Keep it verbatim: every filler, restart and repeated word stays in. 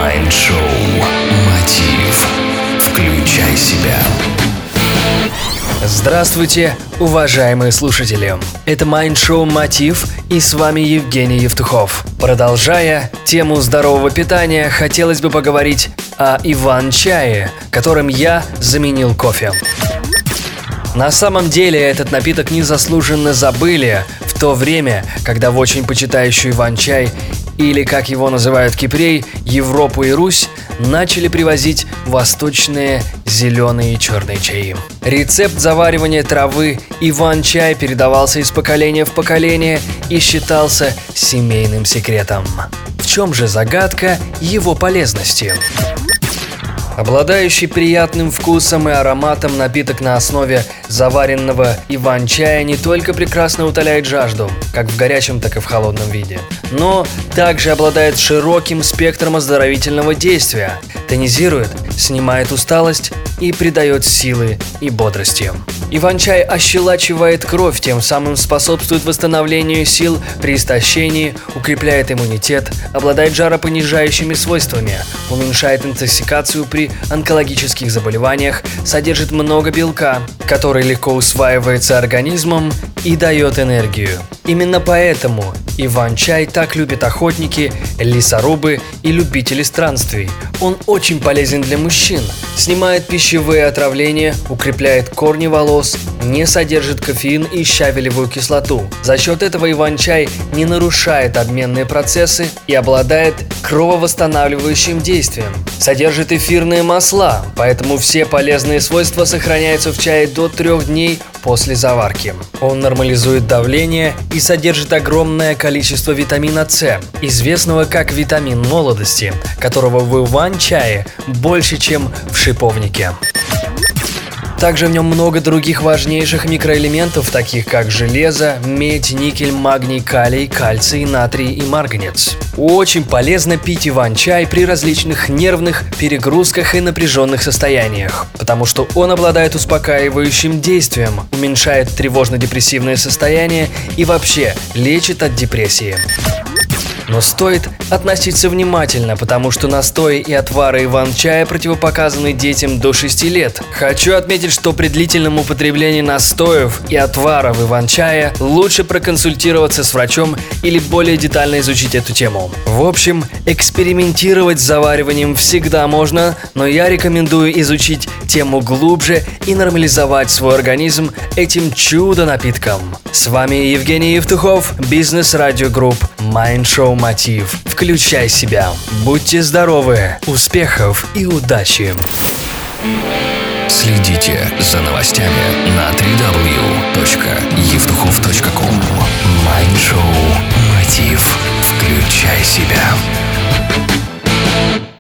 Майнд-шоу «Мотив». Включай себя. Здравствуйте, уважаемые слушатели! Это Майнд-шоу «Мотив» и с вами Евгений Евтухов. Продолжая тему здорового питания, хотелось бы поговорить о иван-чае, которым я заменил кофе. На самом деле этот напиток незаслуженно забыли в то время, когда в очень почитающую иван-чай, или как его называют кипрей, Европу и Русь, начали привозить восточные зеленые и черные чаи. Рецепт заваривания травы иван-чай передавался из поколения в поколение и считался семейным секретом. В чем же загадка его полезности? Обладающий приятным вкусом и ароматом напиток на основе заваренного иван-чая не только прекрасно утоляет жажду, как в горячем, так и в холодном виде, но также обладает широким спектром оздоровительного действия, тонизирует, снимает усталость и придает силы и бодрости. Иван-чай ощелачивает кровь, тем самым способствует восстановлению сил при истощении, укрепляет иммунитет, обладает жаропонижающими свойствами, уменьшает интоксикацию при онкологических заболеваниях, содержит много белка, который легко усваивается организмом и дает энергию. Именно поэтому иван-чай так любят охотники, лесорубы и любители странствий. Он очень полезен для мужчин, снимает пищевые отравления, укрепляет корни волос, не содержит кофеин и щавелевую кислоту. За счет этого иван-чай не нарушает обменные процессы и обладает крововосстанавливающим действием. Содержит эфирные масла, поэтому все полезные свойства сохраняются в чае до трех дней после заварки. Он нормализует давление и содержит огромное количество витамина С, известного как витамин молодости, которого в иван-чае больше, чем в шиповнике. Также в нем много других важнейших микроэлементов, таких как железо, медь, никель, магний, калий, кальций, натрий и марганец. Очень полезно пить иван-чай при различных нервных перегрузках и напряженных состояниях, потому что он обладает успокаивающим действием, уменьшает тревожно-депрессивное состояние и вообще лечит от депрессии. Но стоит относиться внимательно, потому что настои и отвары иван-чая противопоказаны детям до шести лет. Хочу отметить, что при длительном употреблении настоев и отваров иван-чая лучше проконсультироваться с врачом или более детально изучить эту тему. В общем, экспериментировать с завариванием всегда можно, но я рекомендую изучить тему глубже и нормализовать свой организм этим чудо-напитком. С вами Евгений Евтухов, бизнес-радио групп Майнд-шоу «Мотив». Включай себя. Будьте здоровы, успехов и удачи. Следите за новостями на дабл ю дабл ю дабл ю точка евтухов точка ком. Майнд-шоу «Мотив». Включай себя.